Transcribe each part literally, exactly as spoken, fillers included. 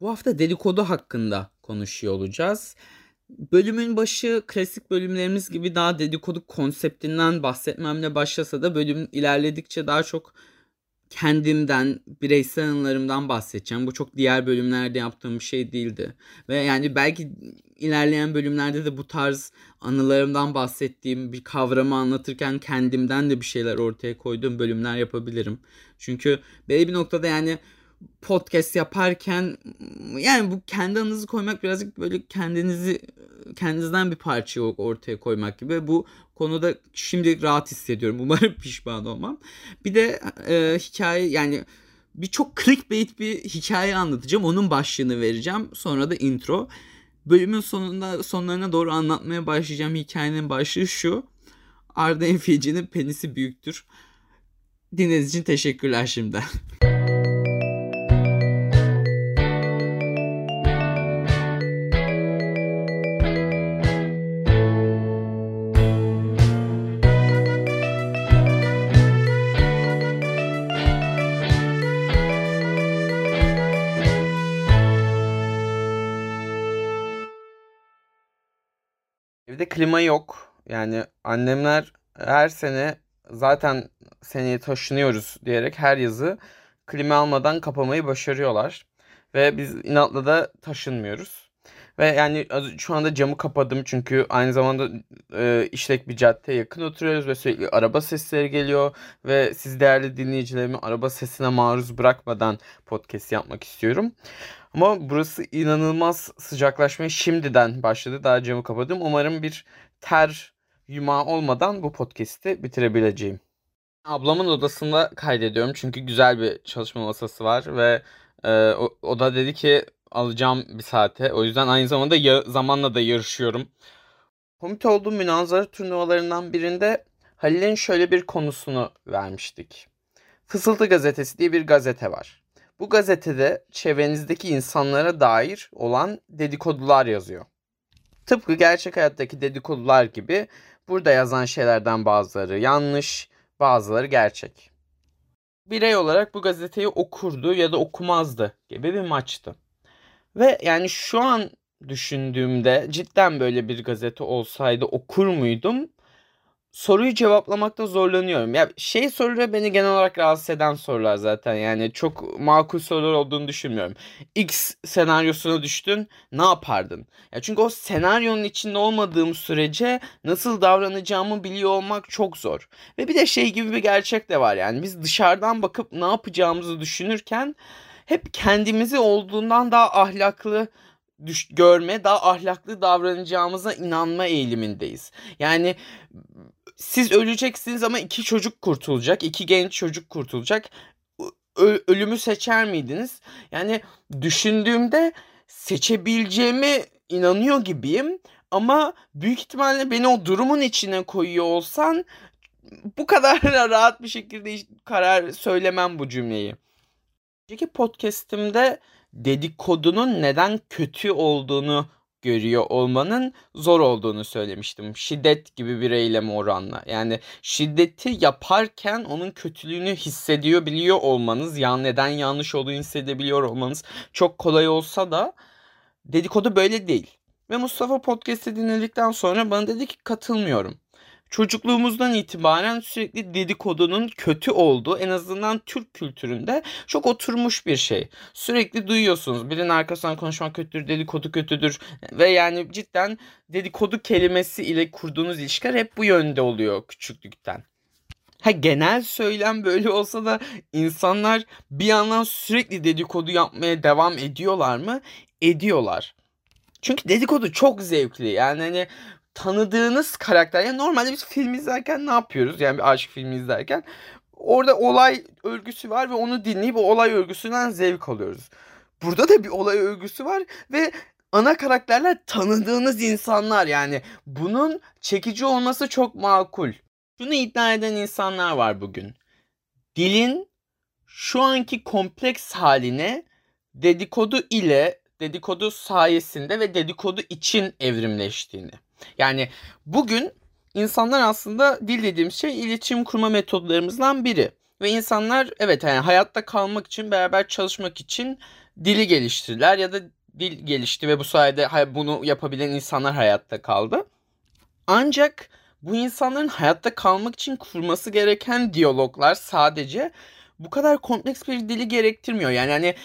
Bu hafta dedikodu hakkında konuşuyor olacağız. Bölümün başı klasik bölümlerimiz gibi daha dedikodu konseptinden bahsetmemle başlasa da bölüm ilerledikçe daha çok kendimden, bireysel anılarımdan bahsedeceğim. Bu çok diğer bölümlerde yaptığım bir şey değildi. Ve yani belki ilerleyen bölümlerde de bu tarz anılarımdan bahsettiğim bir kavramı anlatırken kendimden de bir şeyler ortaya koyduğum bölümler yapabilirim. Çünkü belli bir noktada yani podcast yaparken yani bu kendi anınızı koymak birazcık böyle kendinizi kendinizden bir parça ortaya koymak gibi. Bu konuda şimdi rahat hissediyorum. Umarım pişman olmam. Bir de e, hikaye yani birçok clickbait bir hikaye anlatacağım. Onun başlığını vereceğim. Sonra da intro. Bölümün sonunda sonlarına doğru anlatmaya başlayacağım. Hikayenin başlığı şu: Arda Enfici'nin penisi büyüktür. Dinlediğiniz için teşekkürler şimdiden. Evde klima yok. Yani annemler her sene zaten seneye taşınıyoruz diyerek her yazı klima almadan kapamayı başarıyorlar. Ve biz inatla da taşınmıyoruz. Ve yani şu anda camı kapadım çünkü aynı zamanda e, işlek bir caddeye yakın oturuyoruz ve sürekli araba sesleri geliyor. Ve siz değerli dinleyicilerimi araba sesine maruz bırakmadan podcast yapmak istiyorum. Ama burası inanılmaz sıcaklaşmaya şimdiden başladı. Daha camı kapadım. Umarım bir ter yumağı olmadan bu podcast'i bitirebileceğim. Ablamın odasında kaydediyorum çünkü güzel bir çalışma masası var ve e, o, o da dedi ki alacağım bir saate. O yüzden aynı zamanda ya, zamanla da yarışıyorum. Komite olduğum münazara turnuvalarından birinde Halil'in şöyle bir konusunu vermiştik. Fısıltı Gazetesi diye bir gazete var. Bu gazetede çevrenizdeki insanlara dair olan dedikodular yazıyor. Tıpkı gerçek hayattaki dedikodular gibi burada yazan şeylerden bazıları yanlış, bazıları gerçek. Birey olarak bu gazeteyi okurdu ya da okumazdı gibi bir maçtı. Ve yani şu an düşündüğümde cidden böyle bir gazete olsaydı okur muydum? Soruyu cevaplamakta zorlanıyorum. Ya şey soruları beni genel olarak rahatsız eden sorular zaten. Yani çok makul sorular olduğunu düşünmüyorum. X senaryosuna düştün, ne yapardın? Ya çünkü o senaryonun içinde olmadığım sürece nasıl davranacağımı biliyor olmak çok zor. Ve bir de şey gibi bir gerçek de var yani. Biz dışarıdan bakıp ne yapacağımızı düşünürken hep kendimizi olduğundan daha ahlaklı düş- görme, daha ahlaklı davranacağımıza inanma eğilimindeyiz. Yani siz öleceksiniz ama iki çocuk kurtulacak, iki genç çocuk kurtulacak. Ö- ölümü seçer miydiniz? Yani düşündüğümde seçebileceğime inanıyor gibiyim. Ama büyük ihtimalle beni o durumun içine koyuyor olsan bu kadar rahat bir şekilde karar söylemem bu cümleyi. Önceki podcast'imde dedikodunun neden kötü olduğunu görüyor olmanın zor olduğunu söylemiştim. Şiddet gibi bir eyleme oranla. Yani şiddeti yaparken onun kötülüğünü hissediyor biliyor olmanız, ya neden yanlış olduğunu hissedebiliyor olmanız çok kolay olsa da dedikodu böyle değil. Ve Mustafa podcast'i dinledikten sonra bana dedi ki katılmıyorum. Çocukluğumuzdan itibaren sürekli dedikodunun kötü olduğu, en azından Türk kültüründe çok oturmuş bir şey. Sürekli duyuyorsunuz. Birinin arkasından konuşmak kötüdür, dedikodu kötüdür ve yani cidden dedikodu kelimesi ile kurduğunuz ilişkiler hep bu yönde oluyor küçüklükten. Ha, genel söylem böyle olsa da insanlar bir yandan sürekli dedikodu yapmaya devam ediyorlar mı? Ediyorlar. Çünkü dedikodu çok zevkli. Yani hani tanıdığınız karakter. Yani normalde biz film izlerken ne yapıyoruz? Yani bir aşk filmi izlerken orada olay örgüsü var ve onu dinleyip o olay örgüsünden zevk alıyoruz. Burada da bir olay örgüsü var ve ana karakterler tanıdığınız insanlar. Yani bunun çekici olması çok makul. Şunu iddia eden insanlar var bugün. Dilin şu anki kompleks haline dedikodu ile, dedikodu sayesinde ve dedikodu için evrimleştiğini. Yani bugün insanlar aslında dil dediğim şey iletişim kurma metodlarımızdan biri. Ve insanlar evet yani hayatta kalmak için, beraber çalışmak için dili geliştirdiler ya da dil gelişti ve bu sayede bunu yapabilen insanlar hayatta kaldı. Ancak bu insanların hayatta kalmak için kurması gereken diyaloglar sadece bu kadar kompleks bir dili gerektirmiyor. Yani hani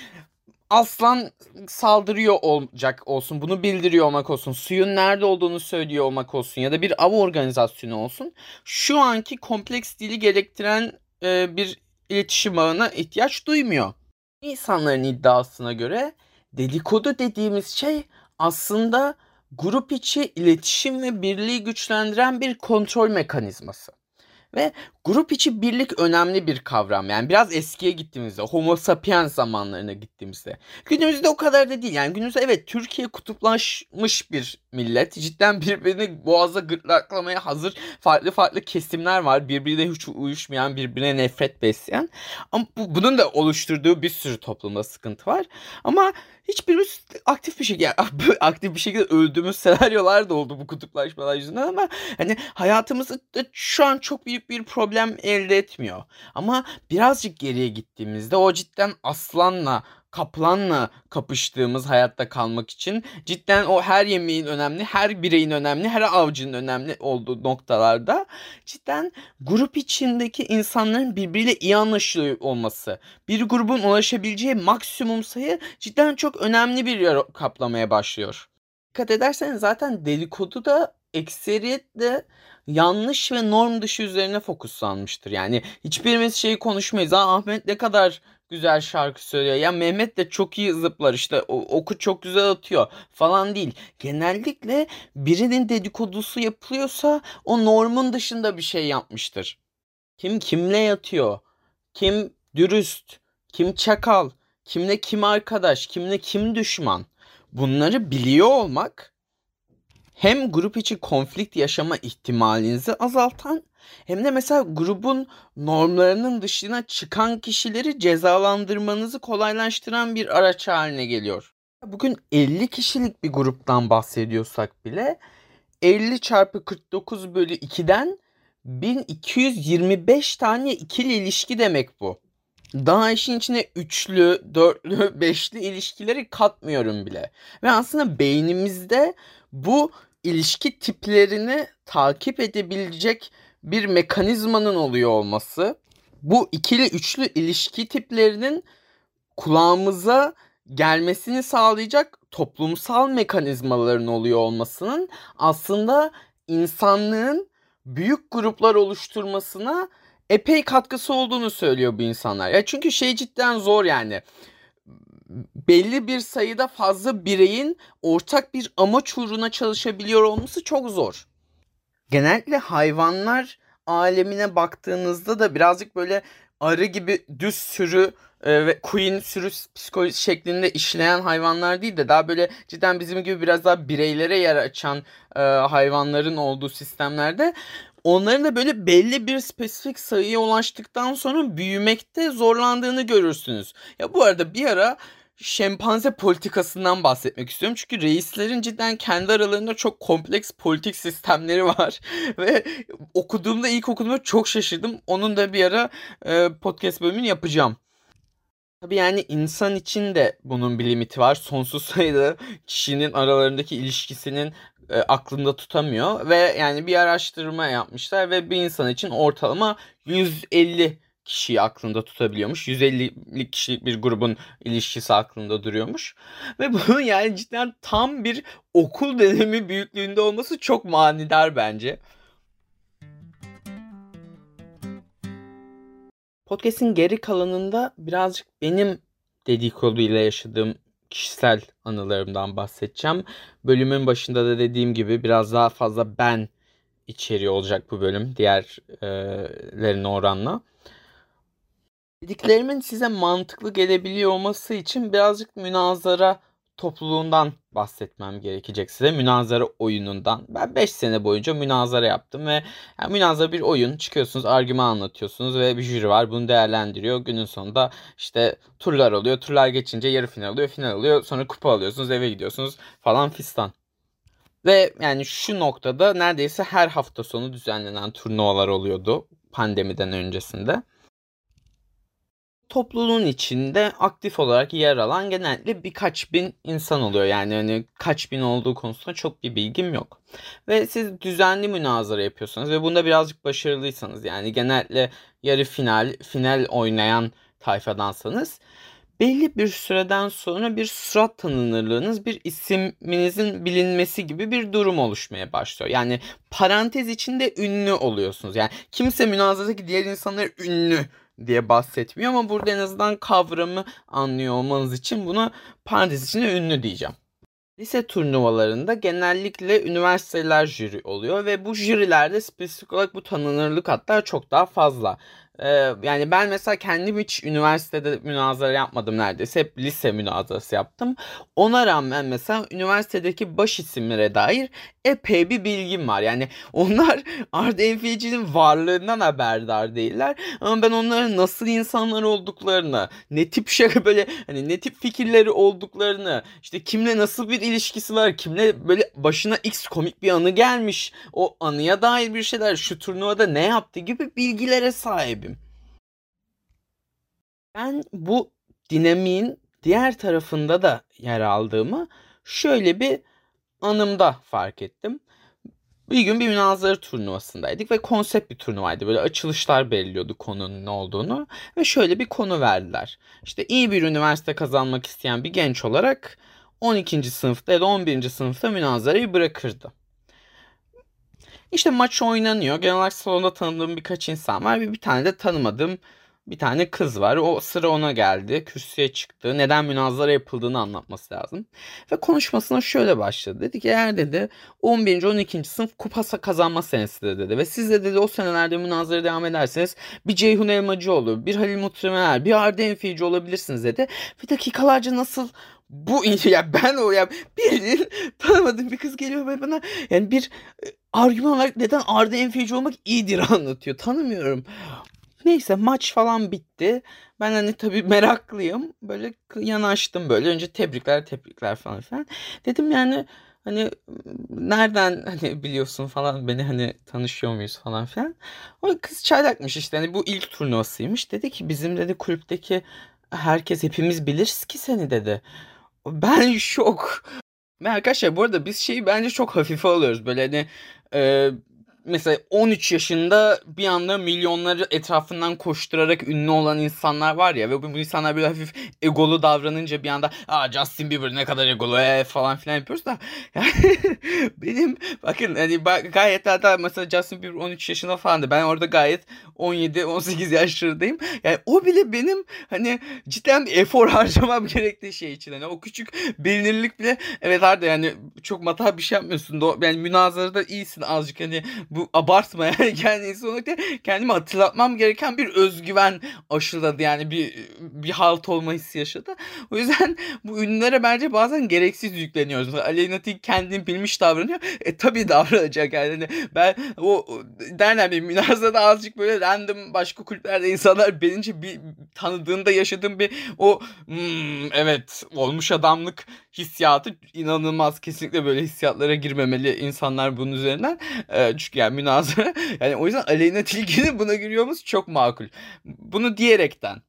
aslan saldırıyor olacak olsun, bunu bildiriyor olmak olsun, suyun nerede olduğunu söylüyor olmak olsun ya da bir av organizasyonu olsun. Şu anki kompleks dili gerektiren e, bir iletişim ağına ihtiyaç duymuyor. İnsanların iddiasına göre dedikodu dediğimiz şey aslında grup içi iletişim ve birliği güçlendiren bir kontrol mekanizması. Ve grup içi birlik önemli bir kavram. Yani biraz eskiye gittiğimizde, Homo sapiens zamanlarına gittiğimizde. Günümüzde o kadar da değil. Yani günümüzde evet Türkiye kutuplaşmış bir millet. Cidden birbirini boğaza gırtlaklamaya hazır farklı farklı kesimler var. Birbiriyle hiç uyuşmayan, birbirine nefret besleyen. Ama bu, bunun da oluşturduğu bir sürü toplumda sıkıntı var. Ama hiçbirimiz aktif bir şekilde, yani aktif bir şekilde öldüğümüz senaryolar da oldu bu kutuplaşmalar yüzünden ama hani hayatımızda şu an çok büyük bir problem elde etmiyor. Ama birazcık geriye gittiğimizde o cidden aslanla, kaplanla kapıştığımız hayatta kalmak için cidden o her yemeğin önemli, her bireyin önemli, her avcının önemli olduğu noktalarda cidden grup içindeki insanların birbiriyle iyi anlaşılıyor olması, bir grubun ulaşabileceği maksimum sayı cidden çok önemli bir yer kaplamaya başlıyor. Dikkat ederseniz zaten dedikodu da ekseriyetle yanlış ve norm dışı üzerine fokuslanmıştır. Yani hiçbirimiz şeyi konuşmayız. Aa, Ahmet ne kadar güzel şarkı söylüyor. Ya Mehmet de çok iyi zıplar işte oku çok güzel atıyor falan değil. Genellikle birinin dedikodusu yapılıyorsa o normun dışında bir şey yapmıştır. Kim kimle yatıyor? Kim dürüst? Kim çakal? Kimle kim arkadaş? Kimle kim düşman? Bunları biliyor olmak hem grup içi konflikt yaşama ihtimalinizi azaltan hem de mesela grubun normlarının dışına çıkan kişileri cezalandırmanızı kolaylaştıran bir araç haline geliyor. Bugün elli kişilik bir gruptan bahsediyorsak bile elli çarpı kırk dokuz bölü ikiden bin iki yüz yirmi beş tane ikili ilişki demek bu. Daha işin içine üçlü, dörtlü, beşli ilişkileri katmıyorum bile. Ve aslında beynimizde bu ilişki tiplerini takip edebilecek bir mekanizmanın oluyor olması, bu ikili üçlü ilişki tiplerinin kulağımıza gelmesini sağlayacak toplumsal mekanizmaların oluyor olmasının aslında insanlığın büyük gruplar oluşturmasına epey katkısı olduğunu söylüyor bu insanlar. Ya çünkü şey cidden zor yani. Belli bir sayıda fazla bireyin ortak bir amaç uğruna çalışabiliyor olması çok zor. Genellikle hayvanlar alemine baktığınızda da birazcık böyle arı gibi düz sürü e, ve queen sürü psikolojisi şeklinde işleyen hayvanlar değil de daha böyle cidden bizim gibi biraz daha bireylere yer açan e, hayvanların olduğu sistemlerde onların da böyle belli bir spesifik sayıya ulaştıktan sonra büyümekte zorlandığını görürsünüz. Ya bu arada bir ara şempanze politikasından bahsetmek istiyorum. Çünkü reislerin cidden kendi aralarında çok kompleks politik sistemleri var. Ve okuduğumda ilk okuduğumda çok şaşırdım. Onun da bir ara e, podcast bölümünü yapacağım. Tabii yani insan için de bunun bir limiti var. Sonsuz sayıda kişinin aralarındaki ilişkisinin e, aklında tutamıyor. Ve yani bir araştırma yapmışlar ve bir insan için ortalama yüz elli kişiyi aklında tutabiliyormuş. yüz elli kişilik bir grubun ilişkisi aklında duruyormuş. Ve bunun yani cidden tam bir okul dönemi büyüklüğünde olması çok manidar bence. Podcast'in geri kalanında birazcık benim dedikodu ile yaşadığım kişisel anılarımdan bahsedeceğim. Bölümün başında da dediğim gibi biraz daha fazla ben içeriği olacak bu bölüm diğerlerine oranla. Dediklerimin size mantıklı gelebiliyor olması için birazcık münazara topluluğundan bahsetmem gerekecek size. Münazara oyunundan. Ben beş sene boyunca münazara yaptım ve yani münazara bir oyun. Çıkıyorsunuz, argüman anlatıyorsunuz ve bir jüri var. Bunu değerlendiriyor. Günün sonunda işte turlar oluyor. Turlar geçince yarı final oluyor, final oluyor. Sonra kupa alıyorsunuz, eve gidiyorsunuz falan fistan. Ve yani şu noktada neredeyse her hafta sonu düzenlenen turnuvalar oluyordu pandemiden öncesinde. topluluğun içinde aktif olarak yer alan genellikle birkaç bin insan oluyor. Yani hani kaç bin olduğu konusunda çok bir bilgim yok. Ve siz düzenli münazara yapıyorsanız ve bunda birazcık başarılıysanız, yani genellikle yarı final, final oynayan tayfadansanız, belli bir süreden sonra bir surat tanınırlığınız, bir isminizin bilinmesi gibi bir durum oluşmaya başlıyor. Yani parantez içinde ünlü oluyorsunuz. Yani kimse münazaradaki diğer insanları ünlü diye bahsetmiyor ama burada en azından kavramı anlıyor olmanız için buna parantez içinde ünlü diyeceğim. Lise turnuvalarında genellikle üniversiteler jüri oluyor ve bu jürilerde spesifik olarak bu tanınırlık hatta çok daha fazla. Ee, yani ben mesela kendim hiç üniversitede münazara yapmadım neredeyse. Hep lise münazarası yaptım. Ona rağmen mesela üniversitedeki baş isimlere dair epey bir bilgim var. Yani onlar Arda Enfeci'nin varlığından haberdar değiller. Ama ben onların nasıl insanlar olduklarını, ne tip şey böyle hani ne tip fikirleri olduklarını, işte kimle nasıl bir ilişkisi var, kimle böyle başına X komik bir anı gelmiş, o anıya dair bir şeyler, şu turnuvada ne yaptı gibi bilgilere sahibim. Ben bu dinamiğin diğer tarafında da yer aldığımı şöyle bir anımda fark ettim. Bir gün bir münazara turnuvasındaydık ve konsept bir turnuvaydı. Böyle açılışlar belirliyordu konunun ne olduğunu ve şöyle bir konu verdiler. İşte iyi bir üniversite kazanmak isteyen bir genç olarak on ikinci sınıfta ya da on birinci sınıfta münazarayı bırakırdı. İşte maç oynanıyor. Genel olarak salonda tanıdığım birkaç insan var ve bir tane de tanımadığım bir tane kız var. O sıra ona geldi. Kürsüye çıktı. Neden münazara yapıldığını anlatması lazım. Ve konuşmasına şöyle başladı. Dedi ki eğer dedi on birinci on ikinci sınıf kupasa kazanma senesi de dedi. Ve siz de dedi o senelerde münazara devam ederseniz bir Ceyhun Elmacıoğlu, bir Halil Mutlumeler, bir Arda Enfeci olabilirsiniz dedi. Ve dakikalarca nasıl bu ya ben o ya bir tanımadığım bir kız geliyor ve bana yani bir argüman olarak neden Arda Enfeci olmak iyidir anlatıyor. Tanımıyorum. Neyse maç falan bitti. Ben hani tabii meraklıyım. Böyle yanaştım böyle. Önce tebrikler tebrikler falan filan. Dedim yani hani nereden hani biliyorsun falan beni hani tanışıyor muyuz falan filan. O kız çaylakmış işte hani bu ilk turnuvasıymış. Dedi ki bizim dedi kulüpteki herkes hepimiz biliriz ki seni dedi. Ben şok. Ve arkadaşlar bu arada biz şeyi bence çok hafife alıyoruz. Böyle hani e, mesela on üç yaşında bir anda milyonları etrafından koşturarak ünlü olan insanlar var ya ve bu, bu insanlar böyle hafif egolu davranınca bir anda aa Justin Bieber ne kadar egolu ee, falan filan yapıyoruz da yani benim bakın hani bak, gayet hatta mesela Justin Bieber on üç yaşında falandı. Ben orada gayet on yedi on sekiz yaşlarındayım. Yani o bile benim hani cidden bir efor harcamam gerektiği şey için. Hani o küçük bilinirlik bile evet Arda yani çok matah bir şey yapmıyorsun. Do- Yani münazarada iyisin azıcık hani bu abartma yani kendini sonuçta kendimi hatırlatmam gereken bir özgüven aşıladı yani bir bir halt olma hissi yaşadı. O yüzden bu ünlülere bence bazen gereksiz yükleniyoruz. Mesela Aleyna Tilki kendini bilmiş davranıyor. E tabii davranacak yani. Hani ben o o- derler bir münazarada azıcık böyle random başka kulüplerde insanlar benince bir tanıdığında yaşadığım bir o "Hmm, evet olmuş adamlık hissiyatı inanılmaz. Kesinlikle böyle hissiyatlara girmemeli insanlar bunun üzerinden. Ee, çünkü yani münazara yani o yüzden Aleyna Tilki'nin buna giriyoruz çok makul. Bunu diyerekten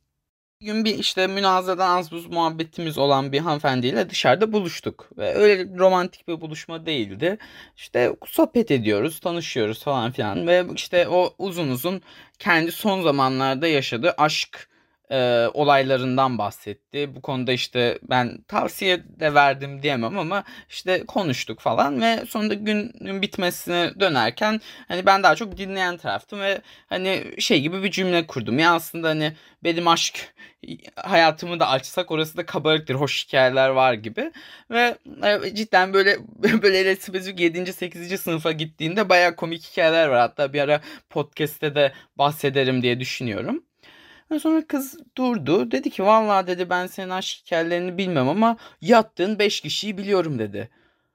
bir gün bir işte münazaradan az buz muhabbetimiz olan bir hanımefendiyle dışarıda buluştuk. Ve öyle romantik bir buluşma değildi. İşte sohbet ediyoruz, tanışıyoruz falan filan. Ve işte o uzun uzun kendi son zamanlarda yaşadığı aşk e, olaylarından bahsetti. Bu konuda işte ben tavsiye de verdim diyemem ama işte konuştuk falan. Ve sonunda günün bitmesine dönerken hani ben daha çok dinleyen taraftım ve hani şey gibi bir cümle kurdum. Ya aslında hani benim aşk hayatımı da açsak orası da kabarıktır. Hoş hikayeler var gibi. Ve e, cidden böyle böyle spesifik yedinci sekizinci sınıfa gittiğinde bayağı komik hikayeler var. Hatta bir ara podcast'te de bahsederim diye düşünüyorum. Ve sonra kız durdu. Dedi ki vallahi dedi ben senin aşk hikayelerini bilmem ama yattığın beş kişiyi biliyorum dedi.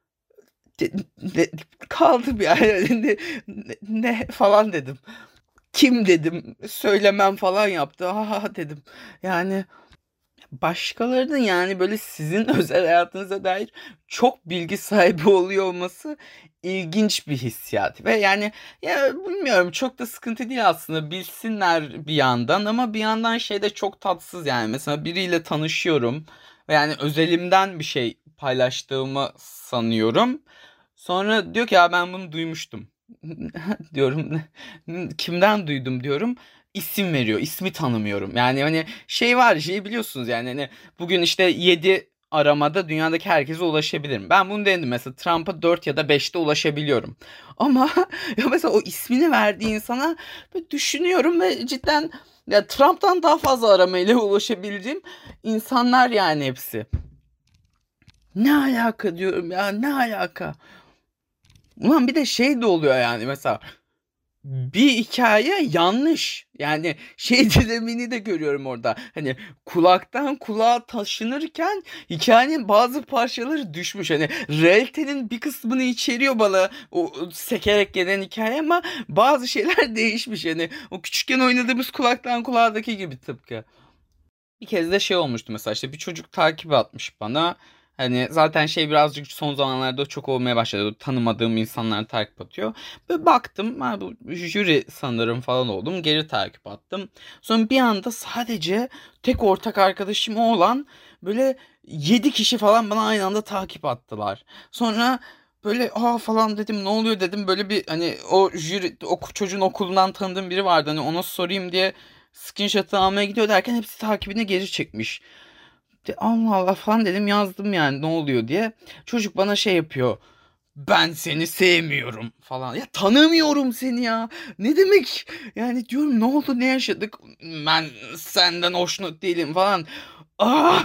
De, de, kaldım yani ne, ne, ne falan dedim. Kim dedim söylemem falan yaptı. Ha dedim. Yani başkalarının yani böyle sizin özel hayatınıza dair çok bilgi sahibi oluyor olması ilginç bir hissiyat. Ve yani ya bilmiyorum, çok da sıkıntı değil aslında, bilsinler bir yandan, ama bir yandan şey de çok tatsız yani. Mesela biriyle tanışıyorum ve yani özelimden bir şey paylaştığımı sanıyorum. Sonra diyor ki ya ben bunu duymuştum. Diyorum kimden duydum diyorum. İsim veriyor. İsmi tanımıyorum. Yani hani şey var, şeyi biliyorsunuz yani hani bugün işte yedi aramada dünyadaki herkese ulaşabilirim. Ben bunu denedim mesela, Trump'a dört ya da beşte ulaşabiliyorum. Ama ya mesela o ismini verdiği insana böyle düşünüyorum ve cidden ya Trump'tan daha fazla aramayla ulaşabildiğim insanlar yani hepsi. Ne alaka diyorum ya, ne alaka? Ulan bir de şey de oluyor yani mesela bir hikaye yanlış. Yani şey dilemini de görüyorum orada. Hani kulaktan kulağa taşınırken hikayenin bazı parçaları düşmüş. Hani realitenin bir kısmını içeriyor bana o sekerek gelen hikaye, ama bazı şeyler değişmiş. Hani o küçükken oynadığımız kulaktan kulağdaki gibi tıpkı. Bir kez de şey olmuştu mesela, işte bir çocuk takip atmış bana. Hani zaten şey birazcık son zamanlarda çok olmaya başladı. Tanımadığım insanlar takip atıyor. Ve baktım ha, bu jüri sanırım falan oldum. Geri takip attım. Sonra bir anda sadece tek ortak arkadaşım o olan böyle yedi kişi falan bana aynı anda takip attılar. Sonra böyle aa falan dedim, ne oluyor dedim, böyle bir hani o jüri o çocuğun okulundan tanıdığım biri vardı, hani ona sorayım diye screenshot'ı almaya gidiyor derken hepsi takibini geri çekmiş. De, Allah Allah falan dedim, yazdım yani ne oluyor diye. Çocuk bana şey yapıyor. Ben seni sevmiyorum falan. Ya tanımıyorum seni ya. Ne demek? Yani diyorum ne oldu, ne yaşadık? Ben senden hoşnut değilim falan. Aa!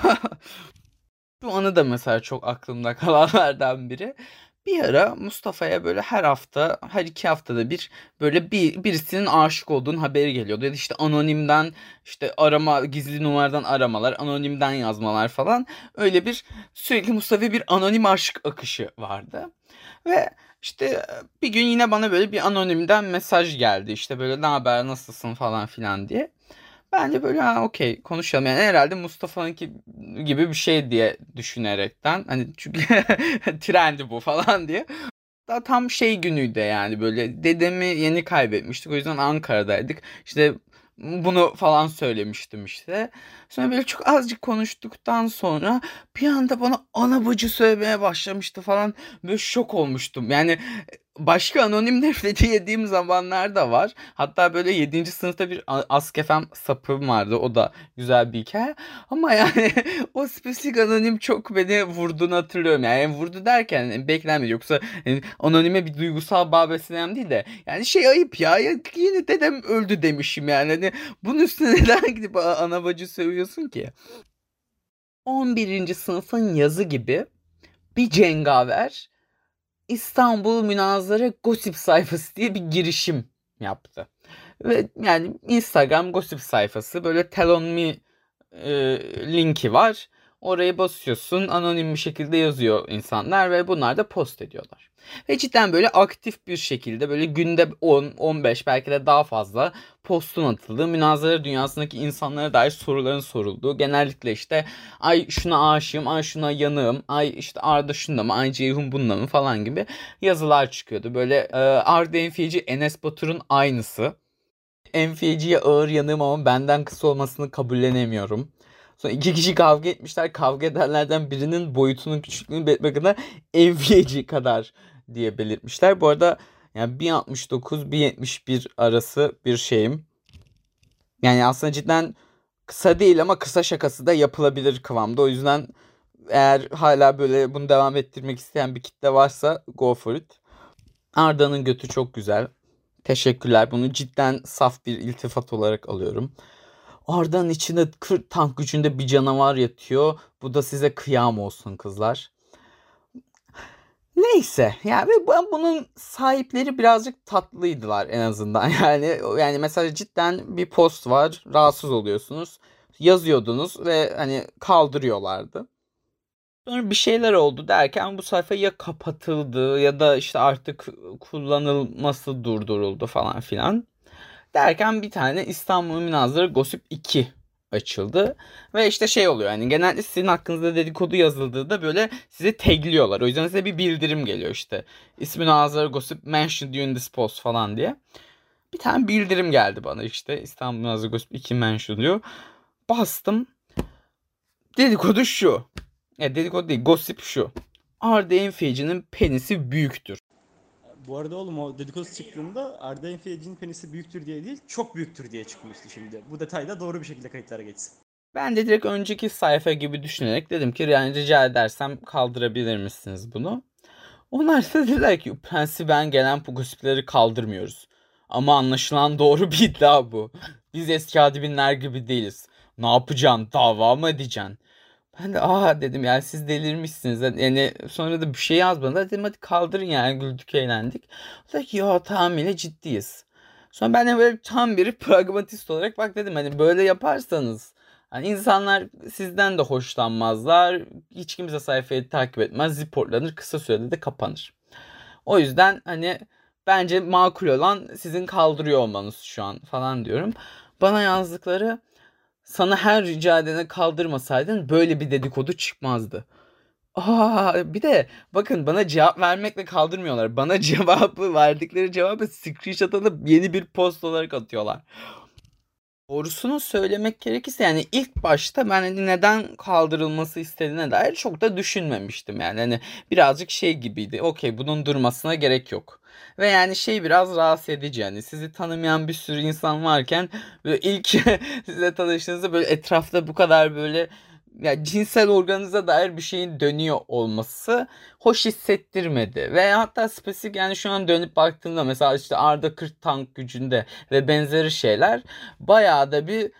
Bu anı da mesela çok aklımda kalanlardan biri. Bir ara Mustafa'ya böyle her hafta, her iki haftada bir böyle bir birisinin aşık olduğunun haberi geliyordu. Ya da işte anonimden, işte arama, gizli numaradan aramalar, anonimden yazmalar falan. Öyle bir sürekli Mustafa'ya bir anonim aşk akışı vardı. Ve işte bir gün yine bana böyle bir anonimden mesaj geldi. İşte böyle ne haber, nasılsın falan filan diye. Ben de böyle ha okey konuşalım. Yani herhalde Mustafa'nınki gibi bir şey diye düşünerekten. Hani çünkü trendi bu falan diye. Daha tam şey günüydü yani, böyle dedemi yeni kaybetmiştik. O yüzden Ankara'daydık. İşte bunu falan söylemiştim işte. Sonra böyle çok azıcık konuştuktan sonra bir anda bana ana bacı söylemeye başlamıştı falan. Böyle şok olmuştum. Yani başka anonim nefreti yediğim zamanlar da var. Hatta böyle yedinci sınıfta bir a- Askefem sapım vardı. O da güzel bir hikaye. Ama yani o spesifik anonim çok beni vurduğunu hatırlıyorum. Yani vurdu derken yani beklenmedi. Yoksa yani anonime bir duygusal bağ besleyen değil de. Yani şey ayıp ya. Ya yine dedem öldü demişim yani. Hani bunun üstüne neden gidip a- ana bacı sövüyorsun ki? on birinci sınıfın yazı gibi bir cengaver İstanbul Münazara Gossip sayfası diye bir girişim yaptı. Ve yani Instagram Gossip sayfası, böyle Tell on Me e, linki var. Oraya basıyorsun, anonim bir şekilde yazıyor insanlar ve bunlar da post ediyorlar. Ve cidden böyle aktif bir şekilde böyle günde on on beş belki de daha fazla postun atıldığı, münazara dünyasındaki insanlara dair soruların sorulduğu, genellikle işte ay şuna aşığım, ay şuna yanığım, ay işte Arda şunda mı, ay Ceyhun bunda mı falan gibi yazılar çıkıyordu. Böyle e, Arda Enfici Enes Batur'un aynısı. Enfici'ye ağır yanığım ama benden kısa olmasını kabullenemiyorum. Sonra iki kişi kavga etmişler. Kavga edenlerden birinin boyutunun küçüklüğünü belirtmek adına Enfici kadar diye belirtmişler. Bu arada yani bir altmış dokuz bir yetmiş bir arası bir şeyim. Yani aslında cidden kısa değil ama kısa şakası da yapılabilir kıvamda. O yüzden eğer hala böyle bunu devam ettirmek isteyen bir kitle varsa go for it. Arda'nın götü çok güzel. Teşekkürler. Bunu cidden saf bir iltifat olarak alıyorum. Arda'nın içinde kırk tank gücünde bir canavar yatıyor. Bu da size kıyam olsun kızlar. Neyse yani ve ben bunun sahipleri birazcık tatlıydılar en azından. Yani yani mesela cidden bir post var, rahatsız oluyorsunuz. Yazıyordunuz ve hani kaldırıyorlardı. Sonra bir şeyler oldu derken bu sayfa ya kapatıldı ya da işte artık kullanılması durduruldu falan filan. Derken bir tane İstanbul Münazara Gossip iki açıldı. Ve işte şey oluyor, yani genelde sizin hakkınızda dedikodu yazıldığında böyle sizi tagliyorlar. O yüzden size bir bildirim geliyor işte. İsmin Azar Gossip mentioned you in this post falan diye. Bir tane bildirim geldi bana işte. İstanbul Azar Gossip iki mentioned you. Bastım. Dedikodu şu. Ya dedikodu değil, gossip şu. Arda Feci'nin penisi büyüktür. Bu arada oğlum o dedikodu çıktığında Arda Feci'nin penisi büyüktür diye değil, çok büyüktür diye çıkmıştı şimdi. Bu detay da doğru bir şekilde kayıtlara geçsin. Ben de direkt önceki sayfa gibi düşünerek dedim ki yani rica edersem kaldırabilir misiniz bunu? Onlar da dediler ki prensiben gelen bu gossipleri kaldırmıyoruz. Ama anlaşılan doğru bir iddia bu. Biz eski adminler gibi değiliz. Ne yapacaksın? Dava mı edeceksin? Ben de aa dedim yani siz delirmişsiniz. Yani sonra da bir şey yazmadılar. Dedim hadi kaldırın yani, güldük eğlendik. O da ki ya tamamıyla ciddiyiz. Sonra ben de böyle tam bir pragmatist olarak bak dedim hani böyle yaparsanız hani insanlar sizden de hoşlanmazlar. Hiç kimse sayfayı takip etmez. Reportlanır, kısa sürede de kapanır. O yüzden hani bence makul olan sizin kaldırıyor olmanız şu an falan diyorum. Bana yazdıkları sana her rica edene kaldırmasaydın böyle bir dedikodu çıkmazdı. Aa, bir de bakın bana cevap vermekle kaldırmıyorlar. Bana cevabı verdikleri cevabı screenshot alıp yeni bir post olarak atıyorlar. Doğrusunu söylemek gerekirse yani ilk başta ben hani neden kaldırılması istediğine dair çok da düşünmemiştim. Yani hani birazcık şey gibiydi. Okey, bunun durmasına gerek yok. Ve yani şey biraz rahatsız edici, yani sizi tanımayan bir sürü insan varken böyle ilk size tanıştığınızda böyle etrafta bu kadar böyle ya cinsel organınıza dair bir şeyin dönüyor olması hoş hissettirmedi. Ve hatta spesifik yani şu an dönüp baktığımda mesela işte Arda kırk tank gücünde ve benzeri şeyler bayağı da bir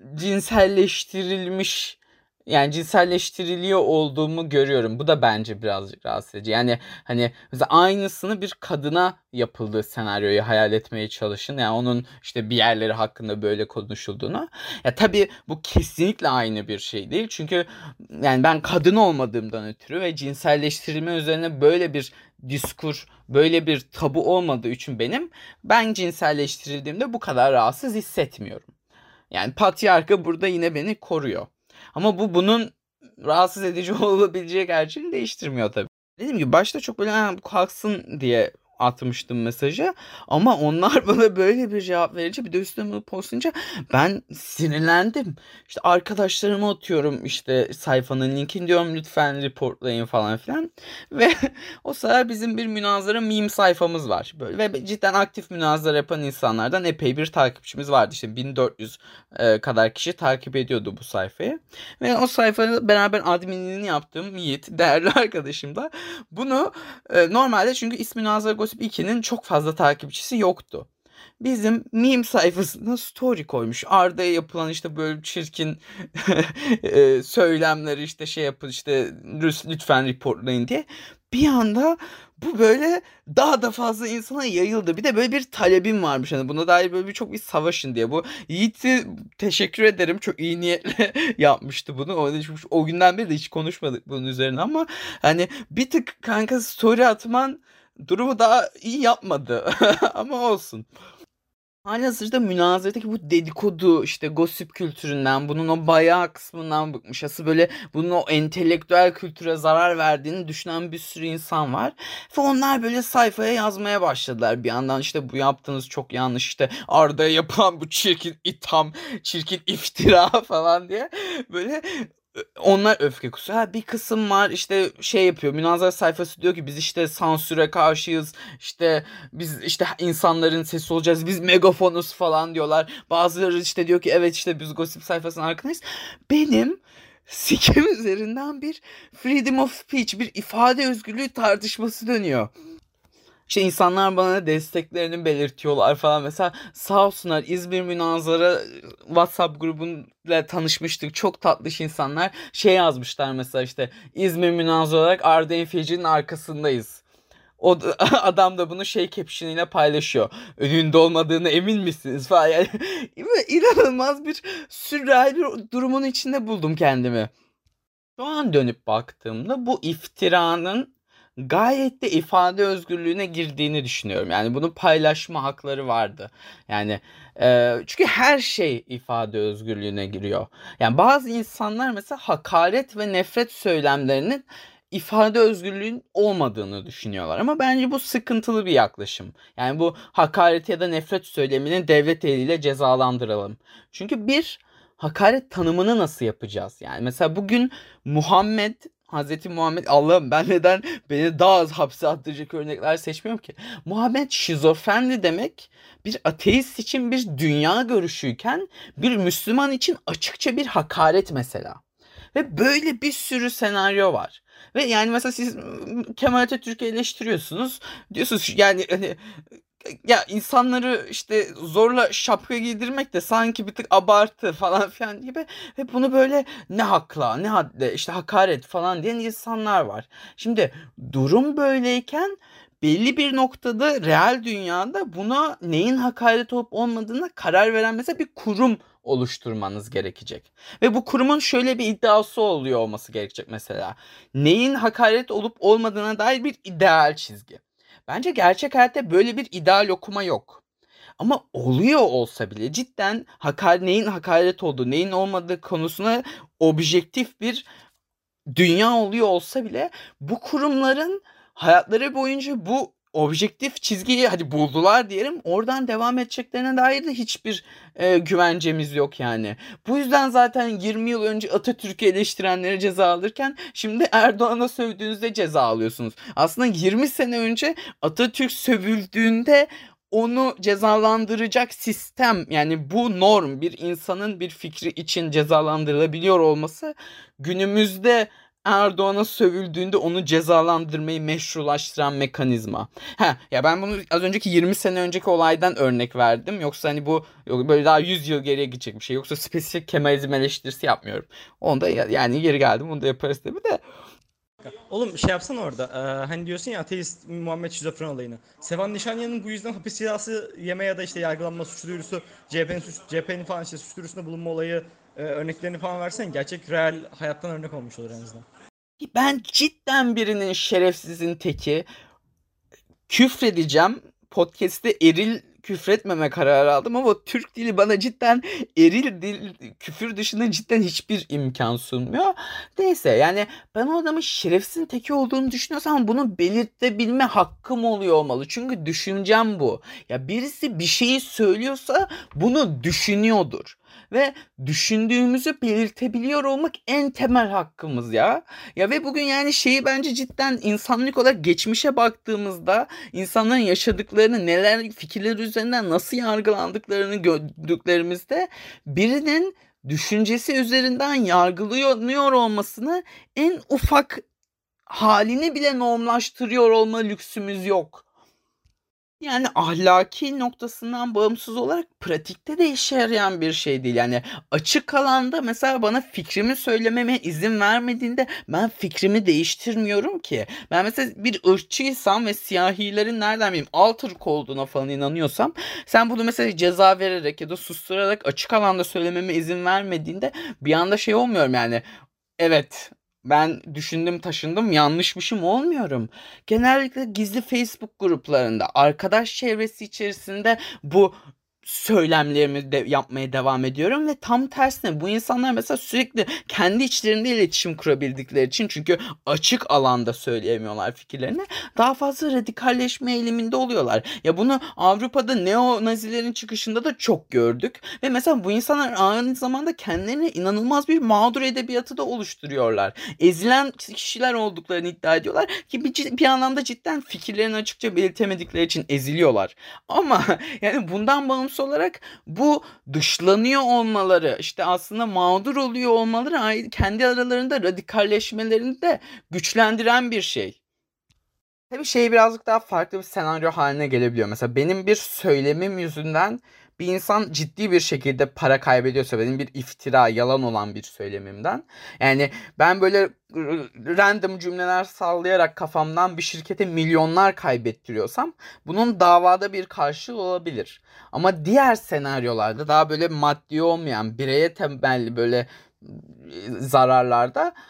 cinselleştirilmiş, yani cinselleştiriliyor olduğumu görüyorum. Bu da bence birazcık rahatsız edici. Yani hani mesela aynısını bir kadına yapıldığı senaryoyu hayal etmeye çalışın. Yani onun işte bir yerleri hakkında böyle konuşulduğunu. Ya tabii bu kesinlikle aynı bir şey değil. Çünkü yani ben kadın olmadığımdan ötürü ve cinselleştirilme üzerine böyle bir diskur, böyle bir tabu olmadığı için benim ben cinselleştirildiğimde bu kadar rahatsız hissetmiyorum. Yani patriarka burada yine beni koruyor. Ama bu bunun rahatsız edici olabileceği gerçeğini değiştirmiyor tabii. Dediğim gibi başta çok böyle ha, bu kalksın diye atmıştım mesajı. Ama onlar bana böyle bir cevap verince bir de üstüne bunu postunca ben sinirlendim. İşte arkadaşlarıma atıyorum işte sayfanın linkini, diyorum lütfen reportlayın falan filan. Ve o sıra bizim bir münazara meme sayfamız var. Böyle ve cidden aktif münazara yapan insanlardan epey bir takipçimiz vardı. İşte bin dört yüz e, kadar kişi takip ediyordu bu sayfayı. Ve o sayfada beraber adminliğini yaptığım Yiğit, değerli arkadaşım da bunu e, normalde çünkü ismi Nazar Gossip iki'nin çok fazla takipçisi yoktu. Bizim meme sayfasına story koymuş. Arda'ya yapılan işte böyle çirkin e, söylemleri işte şey yapın işte lütfen reportlayın diye. Bir anda bu böyle daha da fazla insana yayıldı. Bir de böyle bir talebim varmış. Hani buna dair böyle bir çok bir savaşın diye. Bu Yiğit'e teşekkür ederim. Çok iyi niyetle yapmıştı bunu. O, o günden beri de hiç konuşmadık bunun üzerine ama hani bir tık kanka story atman durumu daha iyi yapmadı. Ama olsun. Halihazırda münazaradaki bu dedikodu işte gossip kültüründen, bunun o bayağı kısmından bıkmış. Asıl böyle bunun o entelektüel kültüre zarar verdiğini düşünen bir sürü insan var. Ve onlar böyle sayfaya yazmaya başladılar. Bir yandan işte bu yaptığınız çok yanlış, işte Arda'ya yapılan bu çirkin itham, çirkin iftira falan diye böyle onlar öfke kusuyor. Ha, bir kısım var işte şey yapıyor. Münazara sayfası diyor ki biz işte sansüre karşıyız. İşte biz işte insanların sesi olacağız. Biz megafonuz falan diyorlar. Bazıları işte diyor ki evet işte biz gossip sayfasının arkasındayız. Benim sikem üzerinden bir freedom of speech, bir ifade özgürlüğü tartışması dönüyor. İşte insanlar bana desteklerini belirtiyorlar falan. Mesela sağ olsunlar İzmir Münazara WhatsApp grubuyla tanışmıştık. Çok tatlış insanlar. Şey yazmışlar mesela işte İzmir Münazara olarak Arda Enfeci'nin arkasındayız. O adam da bunu şey caption'ıyla paylaşıyor. Önünde olmadığını emin misiniz falan. Yani inanılmaz bir sürreal bir durumun içinde buldum kendimi. Şu an dönüp baktığımda bu iftiranın gayet de ifade özgürlüğüne girdiğini düşünüyorum. Yani bunu paylaşma hakları vardı. Yani e, çünkü her şey ifade özgürlüğüne giriyor. Yani bazı insanlar mesela hakaret ve nefret söylemlerinin ifade özgürlüğün olmadığını düşünüyorlar. Ama bence bu sıkıntılı bir yaklaşım. Yani bu hakaret ya da nefret söylemini devlet eliyle cezalandıralım. Çünkü bir, hakaret tanımını nasıl yapacağız? Yani mesela bugün Muhammed, Hazreti Muhammed, Allah'ım ben neden beni daha az hapse attıracak örnekler seçmiyorum ki? Muhammed şizofrendi demek bir ateist için bir dünya görüşüyken bir Müslüman için açıkça bir hakaret mesela. Ve böyle bir sürü senaryo var. Ve yani mesela siz Kemal Atatürk'ü eleştiriyorsunuz. Diyorsunuz yani hani ya insanları işte zorla şapka giydirmek de sanki bir tık abartı falan filan gibi. Ve bunu böyle ne hakla ne hadle işte hakaret falan diyen insanlar var. Şimdi durum böyleyken belli bir noktada real dünyada buna neyin hakaret olup olmadığına karar veren mesela bir kurum oluşturmanız gerekecek. Ve bu kurumun şöyle bir iddiası oluyor olması gerekecek mesela. Neyin hakaret olup olmadığına dair bir ideal çizgi. Bence gerçek hayatta böyle bir ideal okuma yok. Ama oluyor olsa bile cidden hakar, neyin hakaret olduğu, neyin olmadığı konusuna objektif bir dünya oluyor olsa bile bu kurumların hayatları boyunca bu objektif çizgiyi hadi buldular diyelim, oradan devam edeceklerine dair de hiçbir e, güvencemiz yok yani. Bu yüzden zaten yirmi yıl önce Atatürk'ü eleştirenleri ceza alırken şimdi Erdoğan'a sövdüğünüzde ceza alıyorsunuz. Aslında yirmi sene önce Atatürk sövüldüğünde onu cezalandıracak sistem, yani bu norm, bir insanın bir fikri için cezalandırılabiliyor olması günümüzde Erdoğan'a sövüldüğünde onu cezalandırmayı meşrulaştıran mekanizma. Ha ya ben bunu az önceki yirmi sene önceki olaydan örnek verdim. Yoksa hani bu böyle daha yüz yıl geriye gidecek bir şey. Yoksa spesifik Kemalizm eleştirisi yapmıyorum. Onda yani geri geldim, onu da yaparız tabii de. Oğlum şey yapsana orada. Ee, hani diyorsun ya ateist Muhammed şizofren olayını. Sevan Nişanyan'ın bu yüzden hapis cezası yeme ya da işte yargılanma suç duyurusu, C H P'nin suç, C H P'nin falan işte suç duyurusunda bulunma olayı e, örneklerini falan versen gerçek real hayattan örnek olmuş olur en azından. Ben cidden birinin şerefsizin teki, küfredeceğim. Podcast'te eril küfretmeme kararı aldım ama Türk dili bana cidden eril dil, küfür dışında cidden hiçbir imkan sunmuyor. Neyse yani ben o adamın şerefsizin teki olduğunu düşünüyorsam bunu belirtebilme hakkım oluyor olmalı. Çünkü düşüncem bu. Ya birisi bir şeyi söylüyorsa bunu düşünüyordur. Ve düşündüğümüzü belirtebiliyor olmak en temel hakkımız ya. Ya ve bugün yani şeyi bence cidden insanlık olarak geçmişe baktığımızda insanların yaşadıklarını, neler fikirler üzerinden nasıl yargılandıklarını gördüklerimizde birinin düşüncesi üzerinden yargılanıyor olmasını en ufak halini bile normlaştırıyor olma lüksümüz yok. Yani ahlaki noktasından bağımsız olarak pratikte de işe yarayan bir şey değil. Yani açık alanda mesela bana fikrimi söylememe izin vermediğinde ben fikrimi değiştirmiyorum ki. Ben mesela bir ırkçıysam ve siyahilerin nereden bileyim alt ırk olduğuna falan inanıyorsam, sen bunu mesela ceza vererek ya da susturarak açık alanda söylememe izin vermediğinde bir anda şey olmuyorum yani. Evet, ben düşündüm taşındım yanlışmışım olmuyorum. Genellikle gizli Facebook gruplarında, arkadaş çevresi içerisinde bu söylemlerimi de yapmaya devam ediyorum ve tam tersine bu insanlar mesela sürekli kendi içlerinde iletişim kurabildikleri için, çünkü açık alanda söyleyemiyorlar fikirlerini, daha fazla radikalleşme eğiliminde oluyorlar. Ya bunu Avrupa'da neo-nazilerin çıkışında da çok gördük ve mesela bu insanlar aynı zamanda kendilerine inanılmaz bir mağdur edebiyatı da oluşturuyorlar. Ezilen kişiler olduklarını iddia ediyorlar ki bir, bir anlamda cidden fikirlerini açıkça belirtemedikleri için eziliyorlar. Ama yani bundan bağımsız olarak bu dışlanıyor olmaları, işte aslında mağdur oluyor olmaları kendi aralarında radikalleşmelerini de güçlendiren bir şey. Tabii şey birazcık daha farklı bir senaryo haline gelebiliyor. Mesela benim bir söylemim yüzünden bir insan ciddi bir şekilde para kaybediyorsa, benim bir iftira, yalan olan bir söylemimden. Yani ben böyle random cümleler sallayarak kafamdan bir şirkete milyonlar kaybettiriyorsam bunun davada bir karşılığı olabilir. Ama diğer senaryolarda daha böyle maddi olmayan, bireye temelli böyle zararlarda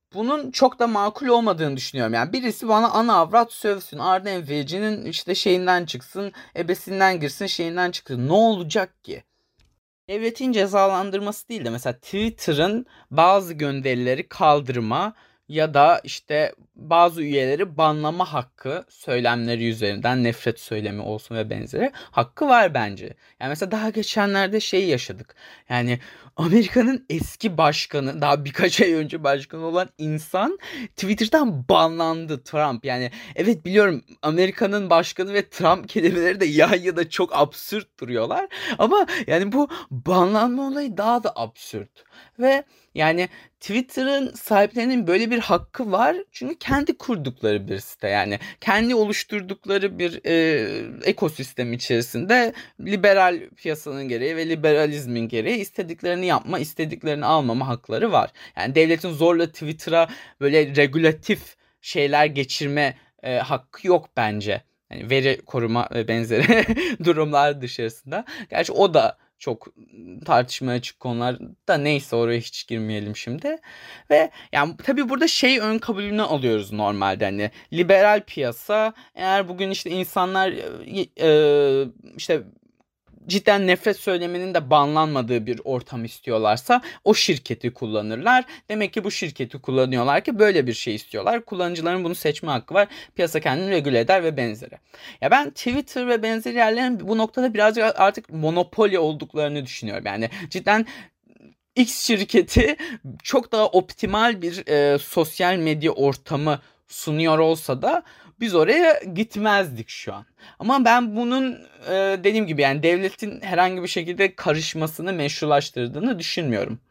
bunun çok da makul olmadığını düşünüyorum. Yani birisi bana ana avrat sövsün. Arda Enveci'nin işte şeyinden çıksın, ebesinden girsin, şeyinden çıksın. Ne olacak ki? Devletin cezalandırması değil de mesela Twitter'ın bazı gönderileri kaldırma ya da işte bazı üyeleri banlama hakkı, söylemleri üzerinden nefret söylemi olsun ve benzeri hakkı var bence. Yani mesela daha geçenlerde şey yaşadık. Yani Amerika'nın eski başkanı, daha birkaç ay önce başkanı olan insan Twitter'dan banlandı, Trump. Yani evet, biliyorum Amerika'nın başkanı ve Trump kelimeleri de yan yana çok absürt duruyorlar. Ama yani bu banlanma olayı daha da absürt. Ve yani Twitter'ın sahiplerinin böyle bir hakkı var. Çünkü kendi kurdukları bir site, yani kendi oluşturdukları bir e, ekosistem içerisinde liberal piyasanın gereği ve liberalizmin gereği istediklerini yapma, istediklerini almama hakları var. Yani devletin zorla Twitter'a böyle regülatif şeyler geçirme e, hakkı yok bence. Yani veri koruma ve benzeri durumlar dışarısında. Gerçi o da çok tartışmaya açık konular da, neyse, oraya hiç girmeyelim şimdi. Ve yani tabii burada şey ön kabulünü alıyoruz normalde, hani liberal piyasa, eğer bugün işte insanlar e, işte cidden nefret söylemenin de banlanmadığı bir ortam istiyorlarsa o şirketi kullanırlar. Demek ki bu şirketi kullanıyorlar ki böyle bir şey istiyorlar. Kullanıcıların bunu seçme hakkı var. Piyasa kendini regüle eder ve benzeri. Ya ben Twitter ve benzeri yerlerin bu noktada birazcık artık monopoli olduklarını düşünüyorum. Yani cidden X şirketi çok daha optimal bir e, sosyal medya ortamı sunuyor olsa da biz oraya gitmezdik şu an. Ama ben bunun e, dediğim gibi yani devletin herhangi bir şekilde karışmasını meşrulaştırdığını düşünmüyorum.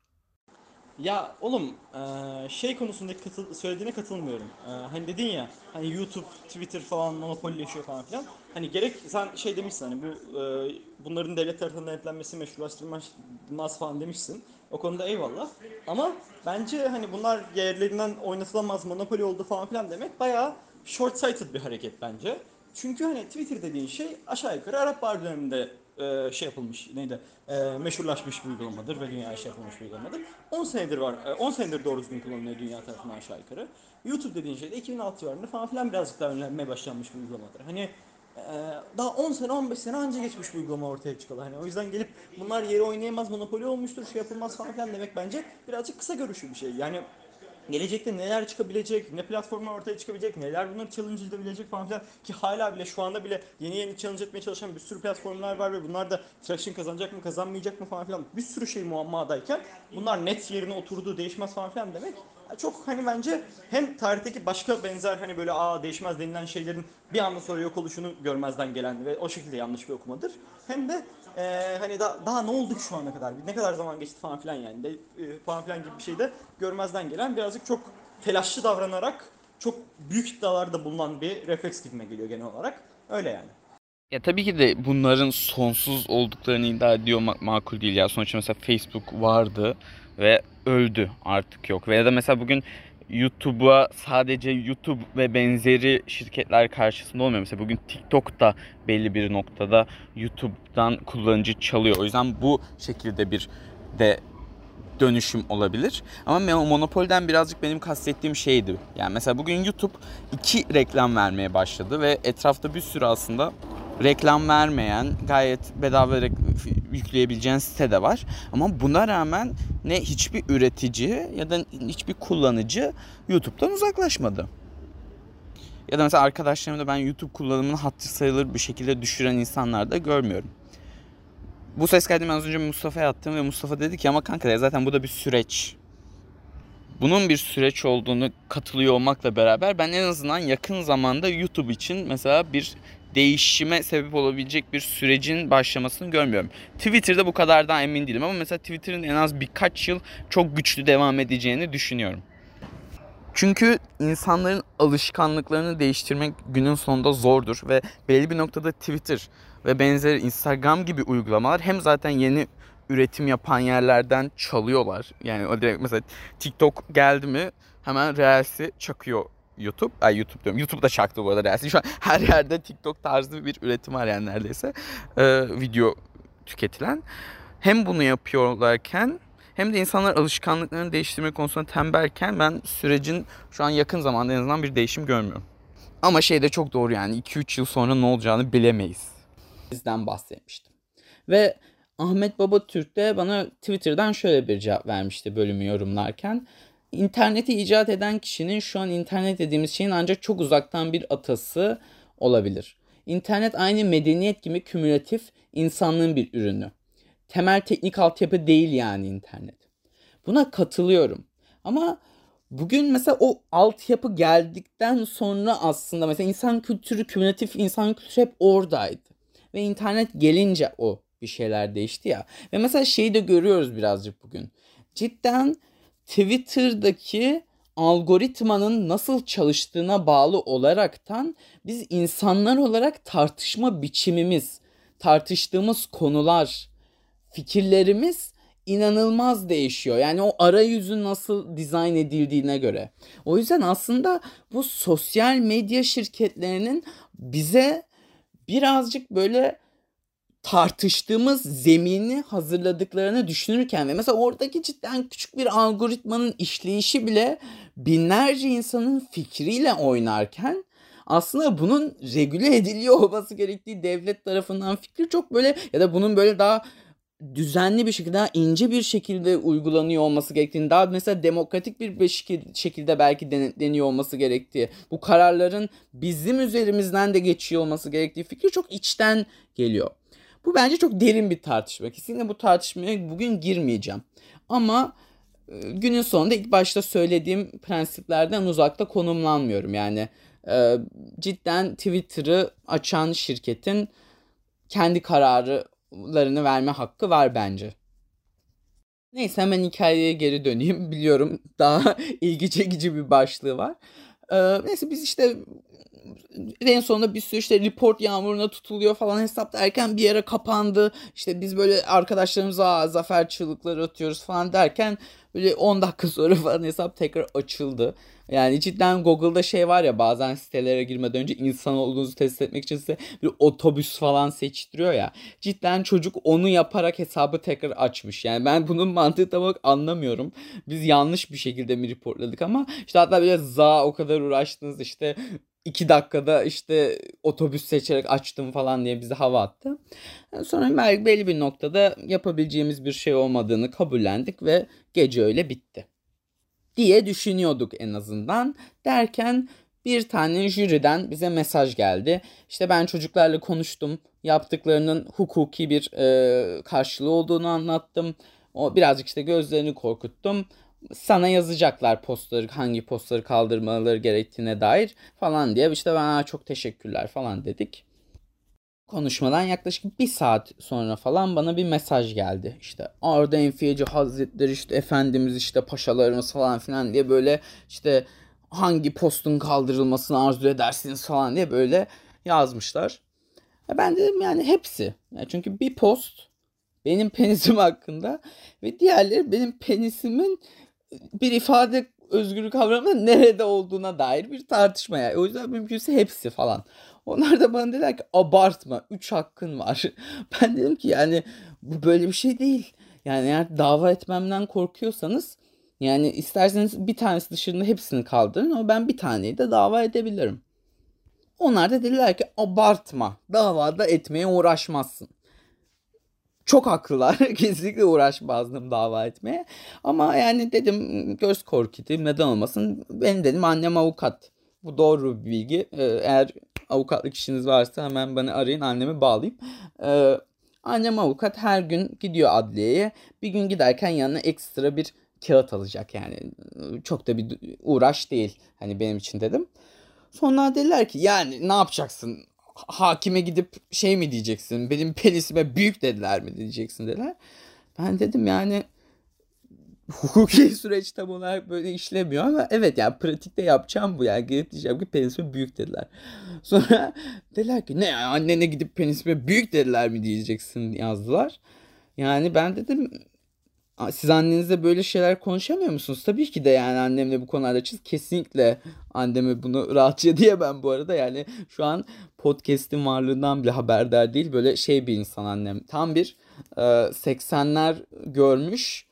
Ya oğlum eee, şey konusundaki katıl- söylediğine katılmıyorum. Eee, hani dedin ya hani YouTube, Twitter falan monopolileşiyor falan filan. Hani gerek sen şey demişsin hani bu eee, bunların devlet tarafından denetlenmesi meşrulaştırılmaz falan demişsin. O konuda eyvallah. Ama bence hani bunlar yerlerinden oynatılamaz monopoli oldu falan filan demek bayağı short-sighted bir hareket bence. Çünkü hani Twitter dediğin şey aşağı yukarı Arap Baharı döneminde e, şey yapılmış neydi e, meşhurlaşmış bir uygulamadır ve dünyaya şey yapılmış bir uygulamadır. on senedir var, e, on senedir doğru düzgün kullanılıyor dünya tarafından aşağı yukarı. YouTube dediğin şey de iki bin altı civarında falan filan birazcık daha önlenmeye başlanmış bir uygulamadır. Hani e, daha on sene on beş sene önce geçmiş bir uygulama ortaya çıkalı. Hani o yüzden gelip bunlar yeri oynayamaz, monopoli olmuştur, şey yapılmaz falan filan demek bence birazcık kısa görüşlü bir şey. Yani gelecekte neler çıkabilecek, ne platformlar ortaya çıkabilecek, neler bunları challenge edebilecek falan filan ki hala bile şu anda bile yeni yeni challenge etmeye çalışan bir sürü platformlar var ve bunlar da traction kazanacak mı kazanmayacak mı falan filan bir sürü şey muammadayken bunlar net yerine oturduğu değişmez falan filan demek çok hani bence hem tarihteki başka benzer hani böyle aa değişmez denilen şeylerin bir anda sonra yok oluşunu görmezden gelen ve o şekilde yanlış bir okumadır. Hem de ee, hani da, daha ne oldu ki şu ana kadar? Ne kadar zaman geçti falan filan yani. De, e, falan filan gibi bir şey de görmezden gelen birazcık çok telaşlı davranarak çok büyük iddialarda bulunan bir refleks gibime geliyor genel olarak. Öyle yani. Ya tabii ki de bunların sonsuz olduklarını iddia ediyor olmak makul değil ya. Sonuçta mesela Facebook vardı ve öldü, artık yok. Veya da mesela bugün YouTube'a sadece YouTube ve benzeri şirketler karşısında olmuyor. Mesela bugün TikTok da belli bir noktada YouTube'dan kullanıcı çalıyor. O yüzden bu şekilde bir de dönüşüm olabilir. Ama monopoliden birazcık benim kastettiğim şeydi. Yani mesela bugün YouTube iki reklam vermeye başladı ve etrafta bir sürü aslında reklam vermeyen, gayet bedava yükleyebileceğin site de var. Ama buna rağmen ne hiçbir üretici ya da hiçbir kullanıcı YouTube'dan uzaklaşmadı. Ya da mesela arkadaşlarımda ben YouTube kullanımını hatır sayılır bir şekilde düşüren insanlar da görmüyorum. Bu ses kaydını az önce Mustafa'ya attım ve Mustafa dedi ki ama kanka zaten bu da bir süreç. Bunun bir süreç olduğunu katılıyor olmakla beraber ben en azından yakın zamanda YouTube için mesela bir değişime sebep olabilecek bir sürecin başlamasını görmüyorum. Twitter'da bu kadar da emin değilim ama mesela Twitter'ın en az birkaç yıl çok güçlü devam edeceğini düşünüyorum. Çünkü insanların alışkanlıklarını değiştirmek günün sonunda zordur ve belli bir noktada Twitter ve benzeri Instagram gibi uygulamalar hem zaten yeni üretim yapan yerlerden çalıyorlar. Yani o direkt mesela TikTok geldi mi hemen Reels'i çakıyor YouTube. Ay YouTube diyorum. YouTube da çaktı bu arada Reels'i. Şu an her yerde TikTok tarzı bir üretim var yani neredeyse. Ee, video tüketilen. Hem bunu yapıyorlarken hem de insanlar alışkanlıklarını değiştirme konusunda tembelken ben sürecin şu an yakın zamanda en azından bir değişim görmüyorum. Ama şey de çok doğru, yani iki üç yıl sonra ne olacağını bilemeyiz. Bizden bahsetmiştim. Ve Ahmet Babatürk de bana Twitter'dan şöyle bir cevap vermişti bölümü yorumlarken. İnterneti icat eden kişinin şu an internet dediğimiz şeyin ancak çok uzaktan bir atası olabilir. İnternet aynı medeniyet gibi kümülatif insanlığın bir ürünü. Temel teknik altyapı değil yani internet. Buna katılıyorum. Ama bugün mesela o altyapı geldikten sonra aslında mesela insan kültürü, kümülatif insan kültürü hep oradaydı. Ve internet gelince o bir şeyler değişti ya. Ve mesela şeyi de görüyoruz birazcık bugün. Cidden Twitter'daki algoritmanın nasıl çalıştığına bağlı olaraktan biz insanlar olarak tartışma biçimimiz, tartıştığımız konular, fikirlerimiz inanılmaz değişiyor. Yani o arayüzü nasıl dizayn edildiğine göre. O yüzden aslında bu sosyal medya şirketlerinin bize birazcık böyle tartıştığımız zemini hazırladıklarını düşünürken ve mesela oradaki cidden küçük bir algoritmanın işleyişi bile binlerce insanın fikriyle oynarken aslında bunun regüle ediliyor olması gerektiği devlet tarafından fikri çok böyle, ya da bunun böyle daha düzenli bir şekilde, daha ince bir şekilde uygulanıyor olması gerektiğini, daha mesela demokratik bir şekilde belki denetleniyor olması gerektiği, bu kararların bizim üzerimizden de geçiyor olması gerektiği fikri çok içten geliyor. Bu bence çok derin bir tartışma. Kesinlikle bu tartışmaya bugün girmeyeceğim. Ama e, günün sonunda ilk başta söylediğim prensiplerden uzakta konumlanmıyorum. Yani e, cidden Twitter'ı açan şirketin kendi kararlarını verme hakkı var bence. Neyse, hemen hikayeye geri döneyim. Biliyorum daha ilgi çekici bir başlığı var. Ee, neyse biz işte en sonunda bir sürü işte report yağmuruna tutuluyor falan hesap derken bir yere kapandı. İşte biz böyle arkadaşlarımıza zafer çığlıkları atıyoruz falan derken böyle on dakika sonra falan hesap tekrar açıldı. Yani cidden Google'da şey var ya, bazen sitelere girmeden önce insan olduğunuzu test etmek için size bir otobüs falan seçtiriyor ya. Cidden çocuk onu yaparak hesabı tekrar açmış. Yani ben bunun mantığını tam olarak anlamıyorum. Biz yanlış bir şekilde mi reportladık, ama işte hatta böyle za o kadar uğraştınız işte iki dakikada işte otobüs seçerek açtım falan diye bize hava attı. Sonra belli bir noktada yapabileceğimiz bir şey olmadığını kabullendik ve gece öyle bitti diye düşünüyorduk en azından. Derken bir tane jüriden bize mesaj geldi. İşte ben çocuklarla konuştum. Yaptıklarının hukuki bir e, karşılığı olduğunu anlattım. O birazcık işte gözlerini korkuttum. Sana yazacaklar postları, hangi postları kaldırmaları gerektiğine dair falan diye. İşte bana çok teşekkürler falan dedik. Konuşmadan yaklaşık bir saat sonra falan bana bir mesaj geldi. İşte Arda Enfiyeci Hazretleri, işte Efendimiz, işte paşalarımız falan filan diye böyle işte hangi postun kaldırılmasını arzu edersiniz falan diye böyle yazmışlar. Ben dedim yani hepsi. Yani çünkü bir post benim penisim hakkında ve diğerleri benim penisimin bir ifade özgürlük kavramının nerede olduğuna dair bir tartışma yani. O yüzden mümkünse hepsi falan. Onlar da bana dediler ki abartma, üç hakkın var. Ben dedim ki yani bu böyle bir şey değil. Yani eğer dava etmemden korkuyorsanız yani isterseniz bir tanesi dışında hepsini kaldırın ama ben bir taneyi de dava edebilirim. Onlar da dediler ki abartma, davada etmeye uğraşmazsın. Çok haklılar. Kesinlikle uğraşmazdım dava etmeye. Ama yani dedim göz korkutayım, neden olmasın. Benim dedim annem avukat. Bu doğru bir bilgi. Ee, eğer avukatlık işiniz varsa hemen bana arayın, annemi bağlayayım. Ee, annem avukat, her gün gidiyor adliyeye. Bir gün giderken yanına ekstra bir kağıt alacak yani. Çok da bir uğraş değil hani benim için dedim. Sonra dediler ki yani ne yapacaksın? Hakime gidip şey mi diyeceksin? Benim penisime büyük dediler mi diyeceksin dediler. Ben dedim yani hukuki süreç tam olarak böyle işlemiyor ama evet yani pratikte yapacağım bu, yani gelip diyeceğim ki penisime büyük dediler. Sonra dediler ki ne yani annene gidip penisime büyük dediler mi diyeceksin yazdılar. Yani ben dedim siz annenizle böyle şeyler konuşamıyor musunuz? Tabii ki de yani annemle bu konularda açız. Kesinlikle anneme bunu rahatça diyemem bu arada. Yani şu an podcast'in varlığından bile haberdar değil. Böyle şey bir insan annem. Tam bir e, seksenler görmüş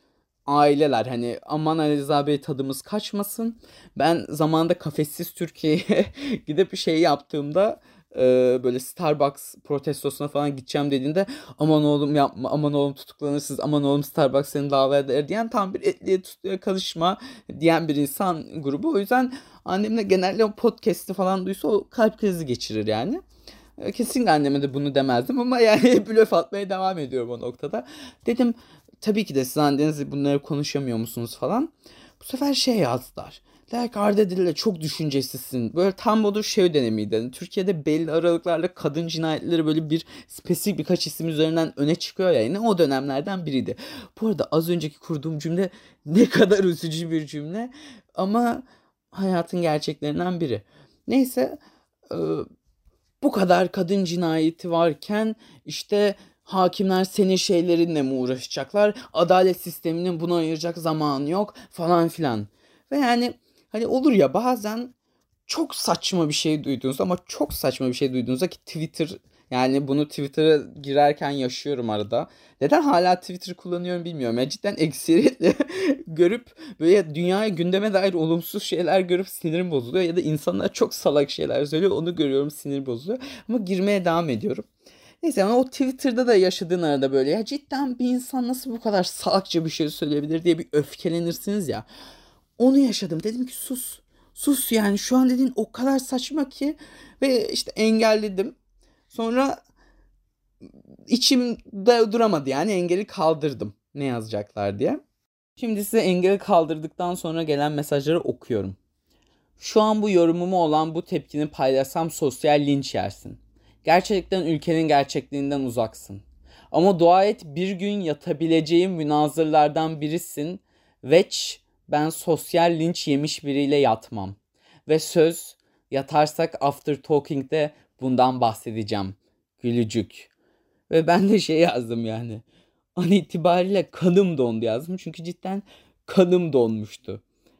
aileler hani aman Ali Rıza Bey tadımız kaçmasın. Ben zamanında Kafessiz Türkiye'ye gidip bir şey yaptığımda e, böyle Starbucks protestosuna falan gideceğim dediğinde aman oğlum yapma, aman oğlum tutuklanırsınız, aman oğlum Starbucks seni dava eder diyen tam bir etliye tutluya karışma diyen bir insan grubu. O yüzden annemle genelde o podcast'i falan duysa o kalp krizi geçirir yani. E, Kesinlikle anneme de bunu demezdim ama yani blöf atmaya devam ediyorum o noktada. Dedim tabii ki de siz annenizle bunları konuşamıyor musunuz falan. Bu sefer şey yazdılar. Der ki Arda Dille çok düşüncesizsin. Böyle tam budur şey dönemiydi. Yani Türkiye'de belli aralıklarla kadın cinayetleri böyle bir spesifik birkaç isim üzerinden öne çıkıyor ya. Yine o dönemlerden biriydi. Bu arada az önceki kurduğum cümle ne kadar üzücü bir cümle. Ama hayatın gerçeklerinden biri. Neyse e, bu kadar kadın cinayeti varken işte hakimler senin şeylerinle mi uğraşacaklar? Adalet sisteminin buna ayıracak zamanı yok falan filan. Ve yani hani olur ya bazen çok saçma bir şey duydunuz ama çok saçma bir şey duyduğunuzda ki Twitter yani bunu Twitter'a girerken yaşıyorum arada. Neden hala Twitter kullanıyorum bilmiyorum. Yani cidden ekseriyetle görüp böyle dünyaya gündeme dair olumsuz şeyler görüp sinirim bozuluyor. Ya da insanlar çok salak şeyler söylüyor onu görüyorum sinir bozuluyor. Ama girmeye devam ediyorum. Neyse ama o Twitter'da da yaşadığın arada böyle ya cidden bir insan nasıl bu kadar salakça bir şey söyleyebilir diye bir öfkelenirsiniz ya. Onu yaşadım. Dedim ki sus. Sus yani şu an dediğin o kadar saçma ki ve işte engelledim. Sonra içimde duramadı yani engeli kaldırdım. Ne yazacaklar diye. Şimdi size engeli kaldırdıktan sonra gelen mesajları okuyorum. Şu an bu yorumumu olan bu tepkini paylaşsam sosyal linç yersin. Gerçekten ülkenin gerçekliğinden uzaksın. Ama dua et bir gün yatabileceğim münazırlardan birisin. Veç ben sosyal linç yemiş biriyle yatmam. Ve söz yatarsak after talking'de bundan bahsedeceğim. Gülücük. Ve ben de şey yazdım yani. An itibariyle kanım dondu yazdım. Çünkü cidden kanım donmuştu.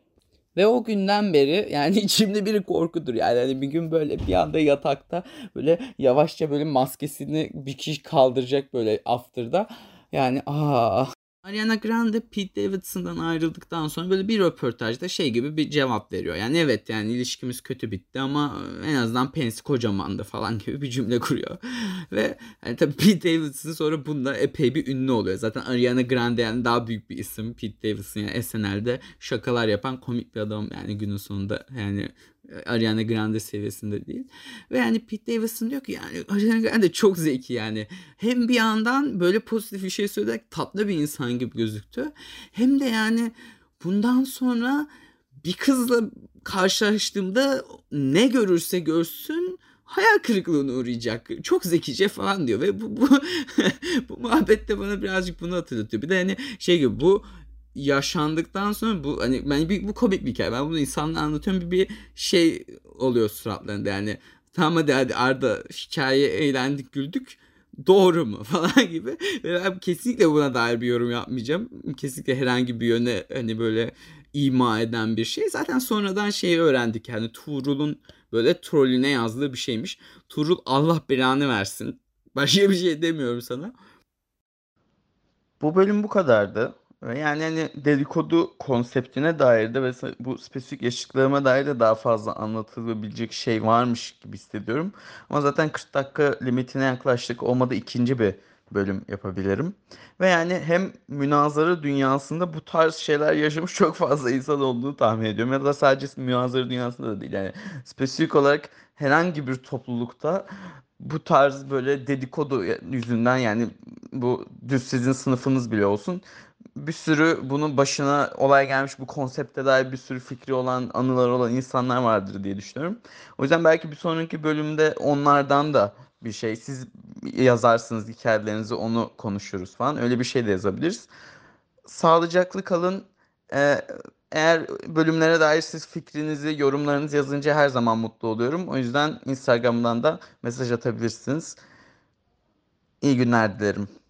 Ve o günden beri yani içimde bir korkudur yani hani bir gün böyle bir anda yatakta böyle yavaşça böyle maskesini bir kişi kaldıracak böyle after'da yani aa. Ariana Grande Pete Davidson'dan ayrıldıktan sonra böyle bir röportajda şey gibi bir cevap veriyor. Yani evet yani ilişkimiz kötü bitti ama en azından pensi kocamandı falan gibi bir cümle kuruyor. Ve yani tabii Pete Davidson sonra bunda epey bir ünlü oluyor. Zaten Ariana Grande yani daha büyük bir isim. Pete Davidson yani S N L'de şakalar yapan komik bir adam yani günün sonunda yani Ariana Grande seviyesinde değil. Ve yani Pete Davidson diyor ki yani Ariana Grande çok zeki yani. Hem bir yandan böyle pozitif bir şey söyleyerek tatlı bir insan gibi gözüktü. Hem de yani bundan sonra bir kızla karşılaştığımda ne görürse görsün hayal kırıklığına uğrayacak. Çok zekice falan diyor ve bu bu, bu muhabbet de bana birazcık bunu hatırlatıyor. Bir de hani şey gibi bu yaşandıktan sonra bu hani ben bir, bu komik bir hikaye. Ben bunu insanlara anlatıyorum bir, bir şey oluyor suratlarında yani. Tamam hadi hadi Arda hikaye eğlendik güldük. Doğru mu falan gibi. Ve ben kesinlikle buna dair bir yorum yapmayacağım. Kesinlikle herhangi bir yöne hani böyle ima eden bir şey. Zaten sonradan şeyi öğrendik yani Tuğrul'un böyle trollüne yazdığı bir şeymiş. Tuğrul Allah belanı versin. Başka bir şey demiyorum sana. Bu bölüm bu kadardı. Ve yani hani dedikodu konseptine dair de ve bu spesifik yaşıtlarıma dair de daha fazla anlatılabilecek şey varmış gibi hissediyorum. Ama zaten kırk dakika limitine yaklaştık. Olmadı ikinci bir bölüm yapabilirim. Ve yani hem münazara dünyasında bu tarz şeyler yaşamış çok fazla insan olduğunu tahmin ediyorum. Ya da sadece münazara dünyasında da değil. Yani spesifik olarak herhangi bir toplulukta bu tarz böyle dedikodu yüzünden yani bu düz sizin sınıfınız bile olsun bir sürü bunun başına olay gelmiş bu konsepte dair bir sürü fikri olan anıları olan insanlar vardır diye düşünüyorum. O yüzden belki bir sonraki bölümde onlardan da bir şey siz yazarsınız hikayelerinizi onu konuşuruz falan öyle bir şey de yazabiliriz. Sağlıcaklı kalın. Ee, Eğer bölümlere dair siz fikrinizi, yorumlarınızı yazınca her zaman mutlu oluyorum. O yüzden Instagram'dan da mesaj atabilirsiniz. İyi günler dilerim.